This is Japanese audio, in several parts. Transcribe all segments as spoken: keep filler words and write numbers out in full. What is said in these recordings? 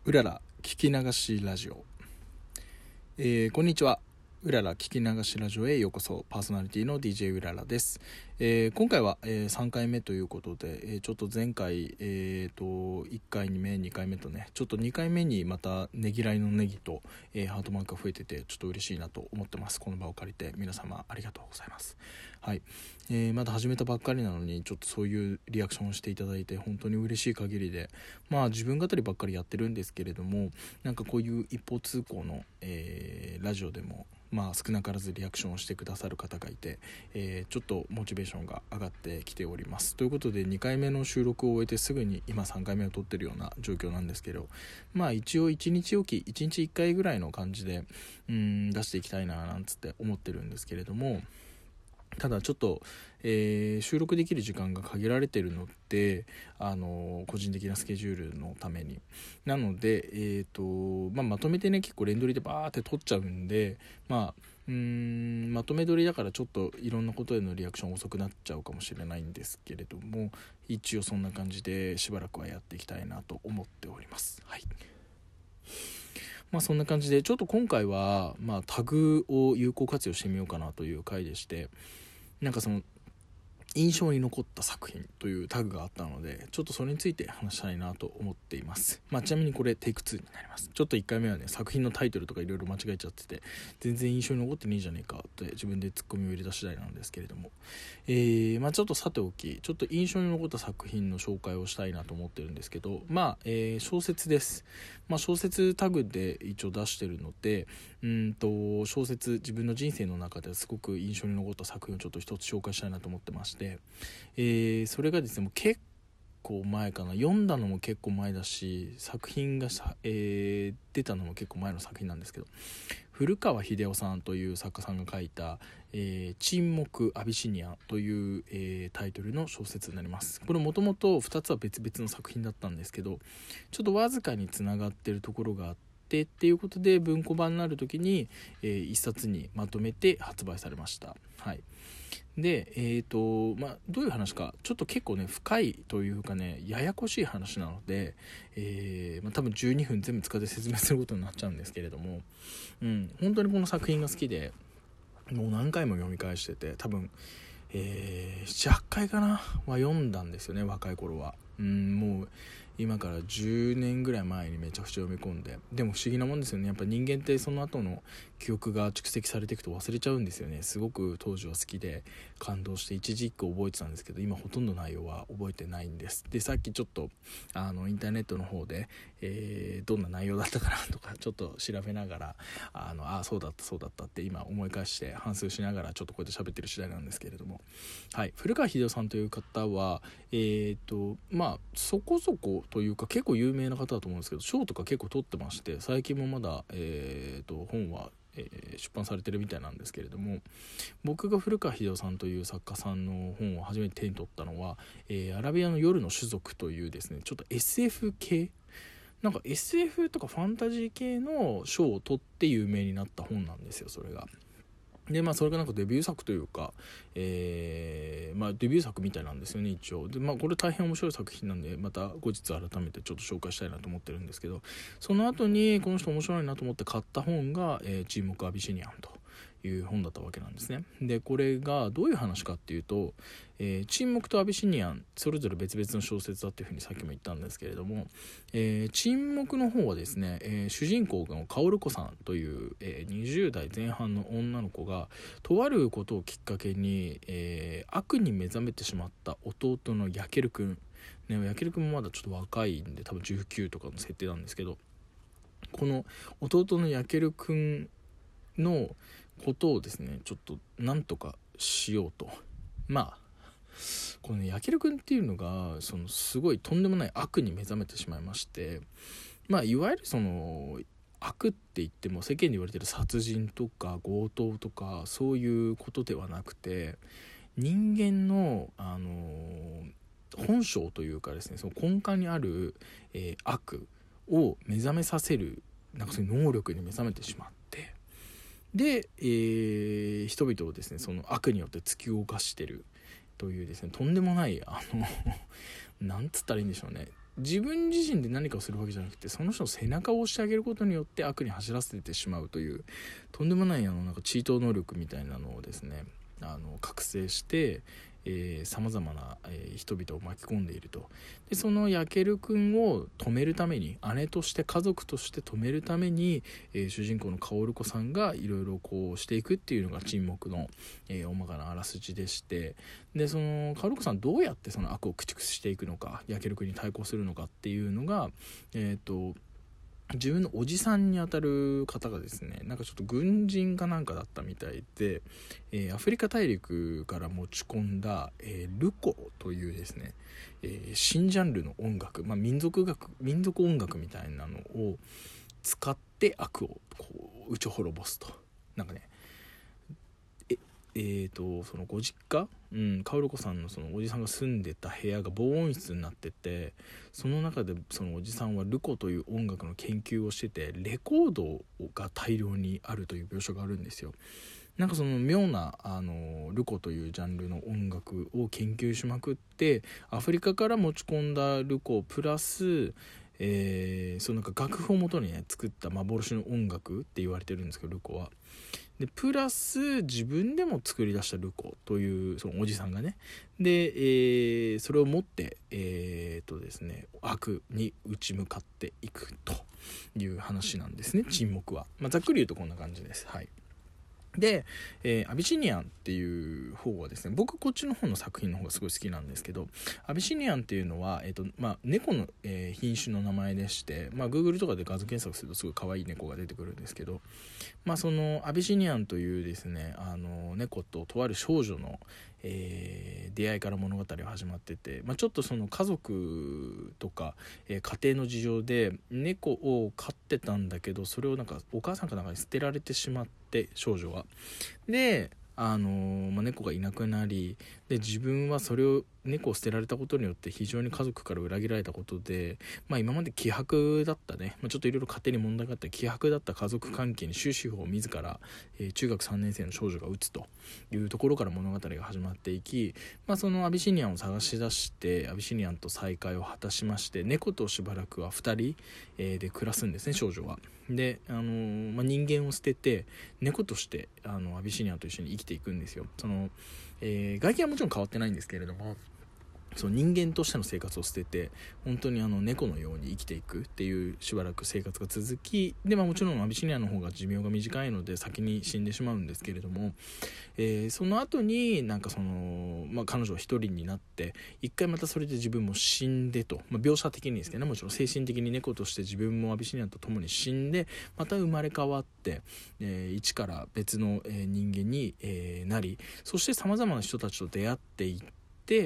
うらら聞き流しラジオ、えー、こんにちは。うらら聞き流しラジオへようこそ。パーソナリティの ディージェー うららです。えー、今回は、えー、さんかいめということで、えー、ちょっと前回、えー、といっかいめにかいめとね、ちょっとにかいめにまたねぎらいのネギと、えー、ハートマークが増えててちょっと嬉しいなと思ってます。この場を借りて皆様ありがとうございます。はい、えー、まだ始めたばっかりなのにちょっとそういうリアクションをしていただいて本当に嬉しい限りで、まあ自分語りばっかりやってるんですけれども、なんかこういう一方通行の、えー、ラジオでもまあ少なからずリアクションをしてくださる方がいて、えー、ちょっとモチベーションが上がってきております。ということでにかいめの収録を終えてすぐに今さんかいめを撮ってるような状況なんですけど、まあ一応いちにちおきいちにちいっかいぐらいの感じでうーん出していきたいななんつって思ってるんですけれども、ただちょっと、えー、収録できる時間が限られているので、あの個人的なスケジュールのためになので、えーとまあ、まとめてね結構連撮りでバーって撮っちゃうんで、まあうーんまとめ撮りだからちょっといろんなことへのリアクション遅くなっちゃうかもしれないんですけれども、一応そんな感じでしばらくはやっていきたいなと思っております。はい、まあそんな感じでちょっと今回は、まあ、タグを有効活用してみようかなという回でして、なんかその印象に残った作品というタグがあったので、ちょっとそれについて話したいなと思っています。まあ、ちなみにこれテイクツーになります。ちょっといっかいめはね作品のタイトルとかいろいろ間違えちゃってて全然印象に残ってねえじゃねえかって自分でツッコミを入れた次第なんですけれども、えー、まあちょっとさておき、ちょっと印象に残った作品の紹介をしたいなと思ってるんですけど、まあ、えー、小説です。まあ、小説タグで一応出してるので、うんと小説自分の人生の中ですごく印象に残った作品をちょっと一つ紹介したいなと思ってまして、えー、それがですねもう結構前かな、読んだのも結構前だし作品がさ、えー、出たのも結構前の作品なんですけど、古川英夫さんという作家さんが書いた、えー、沈黙アビシニアという、えー、タイトルの小説になります。これもともとふたつは別々の作品だったんですけど、ちょっとわずかにつながってるところがあってっていうことで文庫版になる時に、えー、いっさつにまとめて発売されました。はい、でえーとまあ、どういう話かちょっと結構ね深いというかねややこしい話なので、えーまあ、多分じゅうにふん全部使って説明することになっちゃうんですけれども、うん、本当にこの作品が好きでもう何回も読み返してて、多分、えー、ななはちかいかなは読んだんですよね若い頃は。うんもう今からじゅうねんぐらい前にめちゃくちゃ読み込んで、でも不思議なもんですよね。やっぱ人間ってその後の記憶が蓄積されていくと忘れちゃうんですよね。すごく当時は好きで感動して一字一句覚えてたんですけど、今ほとんど内容は覚えてないんです。でさっきちょっとあのインターネットの方で、えー、どんな内容だったかなとかちょっと調べながら、あのあそうだったそうだったって今思い返して反芻しながらちょっとこうやって喋ってる次第なんですけれども、はい、古川英夫さんという方はえーとまあそこそこというか結構有名な方だと思うんですけど、賞とか結構取ってまして、最近もまだ、えー、と本は、えー、出版されてるみたいなんですけれども、僕が古川英夫さんという作家さんの本を初めて手に取ったのは、えー、アラビアの夜の種族というですねちょっと エスエフ 系なんか エスエフ とかファンタジー系の賞を取って有名になった本なんですよ、それが。でまあそれがなんかデビュー作というか、えー、まあデビュー作みたいなんですよね一応。でまあこれ大変面白い作品なんでまた後日改めてちょっと紹介したいなと思ってるんですけど、その後にこの人面白いなと思って買った本が、えー、沈黙アビシニアンという本だったわけなんですね。でこれがどういう話かっていうと、えー、沈黙とアビシニアンそれぞれ別々の小説だっていうふうにさっきも言ったんですけれども、えー、沈黙の方はですね、えー、主人公の薫子さんという、えー、にじゅうだいぜん半の女の子がとあることをきっかけに、えー、悪に目覚めてしまった弟のヤケルくん、ね、ヤケルくんもまだちょっと若いんで多分じゅうきゅうとかの設定なんですけど、この弟のヤケルくんのことをですねちょっとなんとかしようと、まあこのねヤケルくんっていうのがそのすごいとんでもない悪に目覚めてしまいまして、まあいわゆるその悪って言っても世間で言われてる殺人とか強盗とかそういうことではなくて、人間の、あのー、本性というかですねその根幹にある、えー、悪を目覚めさせるなんかそういう能力に目覚めてしまって、で、えー、人々をですねその悪によって突き動かしてるというですねとんでもないあのなんつったらいいんでしょうね、 自分自身で何かをするわけじゃなくて、その人の背中を押してあげることによって悪に走らせてしまうというとんでもないあのなんかチート能力みたいなのをですね、あの覚醒してさまざまな、えー、人々を巻き込んでいると。でそのヤケル君を止めるために、姉として家族として止めるために、えー、主人公のカオル子さんがいろいろこうしていくっていうのが沈黙の、えー、大まかなあらすじでして、でそのカオル子さんどうやってその悪を駆逐していくのか、ヤケル君に対抗するのかっていうのが、えっと自分のおじさんにあたる方がですね、なんかちょっと軍人かなんかだったみたいで、えー、アフリカ大陸から持ち込んだ、えー、ルコというですね、えー、新ジャンルの音楽、まあ、民族楽民族音楽みたいなのを使って悪をこう打ち滅ぼすと。なんかね、ええーとそのご実家、うん、カオル子さんのそのおじさんが住んでた部屋が防音室になってて、その中でそのおじさんはルコという音楽の研究をしてて、レコードが大量にあるという描写があるんですよ。なんかその妙なあのルコというジャンルの音楽を研究しまくって、アフリカから持ち込んだルコプラス、えー、そのなんか楽譜をもとにね作った幻の音楽って言われてるんですけど、ルコはでプラス自分でも作り出したルコというそのおじさんがね、で、えー、それを持ってえー、っとですね悪に打ち向かっていくという話なんですね、沈黙は。まあ、ざっくり言うとこんな感じです。はい。で、えー、アビシニアンっていう方はですね、僕こっちの方の作品の方がすごい好きなんですけど、アビシニアンっていうのは、えーとまあ、猫の、えー、品種の名前でして、まあ、Google とかで画像検索するとすごい可愛い猫が出てくるんですけど、まあ、そのアビシニアンというですね、あの猫ととある少女の、えー、出会いから物語が始まってて、まあ、ちょっとその家族とか、えー、家庭の事情で猫を飼ってたんだけど、それをなんかお母さんかなんかに捨てられてしまって、少女はであのーまあ、猫がいなくなり、で自分はそれを猫を捨てられたことによって非常に家族から裏切られたことで、まあ、今まで希薄だったね、まあ、ちょっといろいろ家庭に問題があって希薄だった家族関係に終止符を自ら、えー、中学さんねん生の少女が打つというところから物語が始まっていき、まあ、そのアビシニアンを探し出してアビシニアンと再会を果たしまして、猫としばらくはふたり、えー、で暮らすんですね、少女は。で、あのーまあ、人間を捨てて猫としてあのアビシニアンと一緒に生きていくんですよ。その、えー、外見はもちろん変わってないんですけれども、その人間としての生活を捨てて本当にあの猫のように生きていくっていうしばらく生活が続き、で、まあ、もちろんアビシニアの方が寿命が短いので先に死んでしまうんですけれども、えー、その後になんかその、まあ、彼女は一人になって一回またそれで自分も死んでと、まあ、描写的にですけどね、もちろん精神的に猫として自分もアビシニアと共に死んでまた生まれ変わって、えー、一から別の人間に、えー、なり、そしてさまざまな人たちと出会っていって、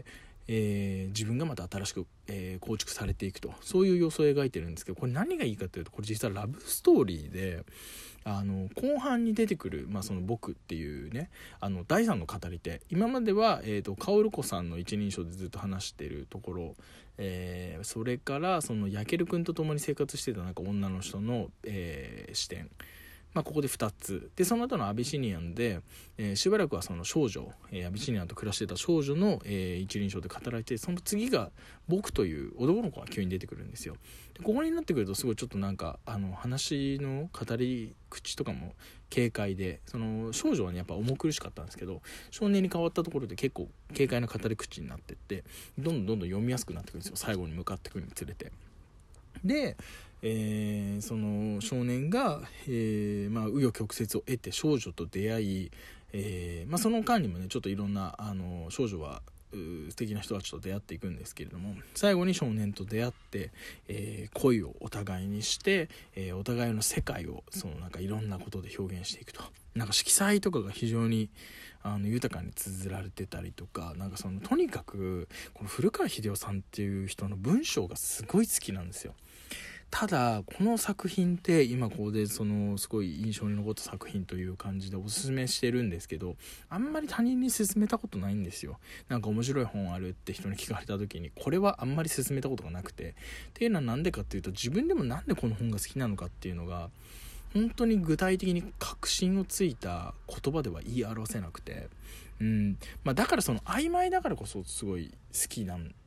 えー、自分がまた新しく、えー、構築されていくと、そういう様子を描いてるんですけど、これ何がいいかというと、これ実はラブストーリーで、あの後半に出てくる、まあ、その僕っていうね、あの第三の語り手、今までは、えーと、カオル子さんの一人称でずっと話しているところ、えー、それからそのヤケル君と共に生活してたなんか女の人の、えー、視点、まあ、ここでふたつで、その後のアビシニアンで、えー、しばらくはその少女、えー、アビシニアンと暮らしてた少女の、えー、一人称で語られて、その次が僕という男の子が急に出てくるんですよ。でここになってくるとすごいちょっとなんかあの話の語り口とかも軽快で、その少女はねやっぱ重苦しかったんですけど、少年に変わったところで結構軽快な語り口になってって、どんどんどんどん読みやすくなってくるんですよ、最後に向かってくるにつれて。で、えー、その少年が、えーまあ、紆余曲折を得て少女と出会い、えーまあ、その間にもねちょっといろんなあの少女は素敵な人たちと出会っていくんですけれども、最後に少年と出会って、えー、恋をお互いにして、えー、お互いの世界をそのなんかいろんなことで表現していくと、なんか色彩とかが非常にあの豊かに綴られてたりとか、なんかそのとにかくこの古川英夫さんっていう人の文章がすごい好きなんですよ。ただこの作品って今ここでそのすごい印象に残った作品という感じでおすすめしてるんですけど、あんまり他人に勧めたことないんですよ。なんか面白い本あるって人に聞かれた時にこれはあんまり勧めたことがなくて、っていうのはなんでかっていうと、自分でもなんでこの本が好きなのかっていうのが本当に具体的に確信をついた言葉では言い表せなくて、うんまあ、だからその曖昧だからこそすごい好きなん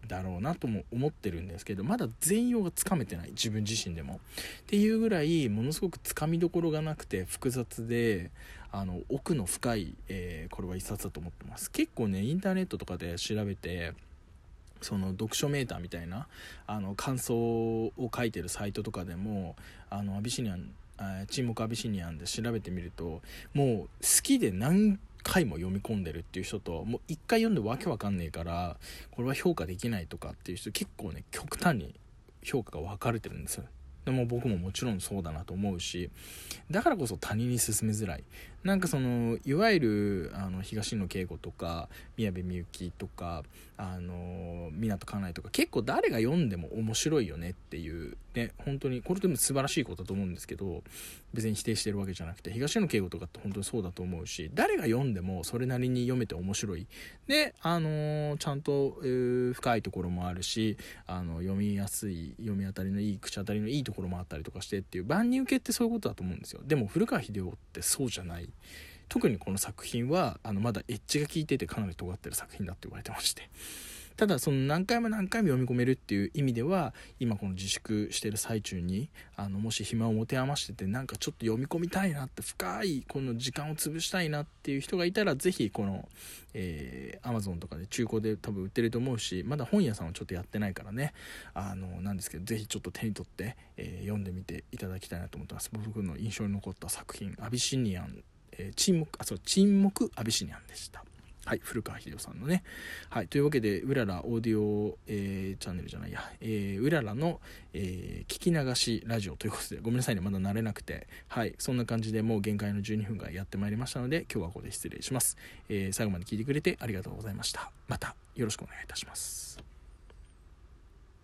だろうなとも思ってるんですけど、まだ全容がつかめてない、自分自身でもっていうぐらいものすごくつかみどころがなくて複雑で、あの奥の深い、えー、これは一冊だと思ってます。結構ねインターネットとかで調べて、その読書メーターみたいなあの感想を書いてるサイトとかでも、あのアビシニアン沈黙アビシニアンで調べてみると、もう好きで何回も読み込んでるっていう人と、もう一回読んでわけわかんねえからこれは評価できないとかっていう人、結構ね極端に評価が分かれてるんですよ。でも僕ももちろんそうだなと思うし、だからこそ他人に勧めづらい。なんかそのいわゆるあの東野圭吾とか宮部みゆきとかあの湊かなえとか、結構誰が読んでも面白いよねっていうね、本当にこれでも素晴らしいことだと思うんですけど、別に否定してるわけじゃなくて、東野圭吾とかって本当にそうだと思うし、誰が読んでもそれなりに読めて面白いで、あのちゃんと、えー、深いところもあるし、あの読みやすい、読み当たりのいい、口当たりのいいところもあったりとかしてっていう、万人受けってそういうことだと思うんですよ。でも古川英夫ってそうじゃない。特にこの作品はあのまだエッジが効いててかなり尖ってる作品だって言われてまして、ただその何回も何回も読み込めるっていう意味では、今この自粛してる最中にあのもし暇を持て余してて、なんかちょっと読み込みたいなって、深いこの時間を潰したいなっていう人がいたら、ぜひこの、えー、Amazon とかで中古で多分売ってると思うし、まだ本屋さんはちょっとやってないからね、あのなんですけど、ぜひちょっと手に取って、えー、読んでみていただきたいなと思ってます。僕の印象に残った作品、アビシニアン、えー、沈黙あそう沈黙アビシニアンでした。はい、古川英夫さんのね。はい、というわけで、うららオーディオ、えー、チャンネルじゃないや、えー、うららの、えー、聞き流しラジオということで、ごめんなさいね、まだ慣れなくて、はい、そんな感じでもう限界のじゅうにふんがやってまいりましたので、今日はここで失礼します。えー、最後まで聞いてくれてありがとうございました。またよろしくお願いいたします。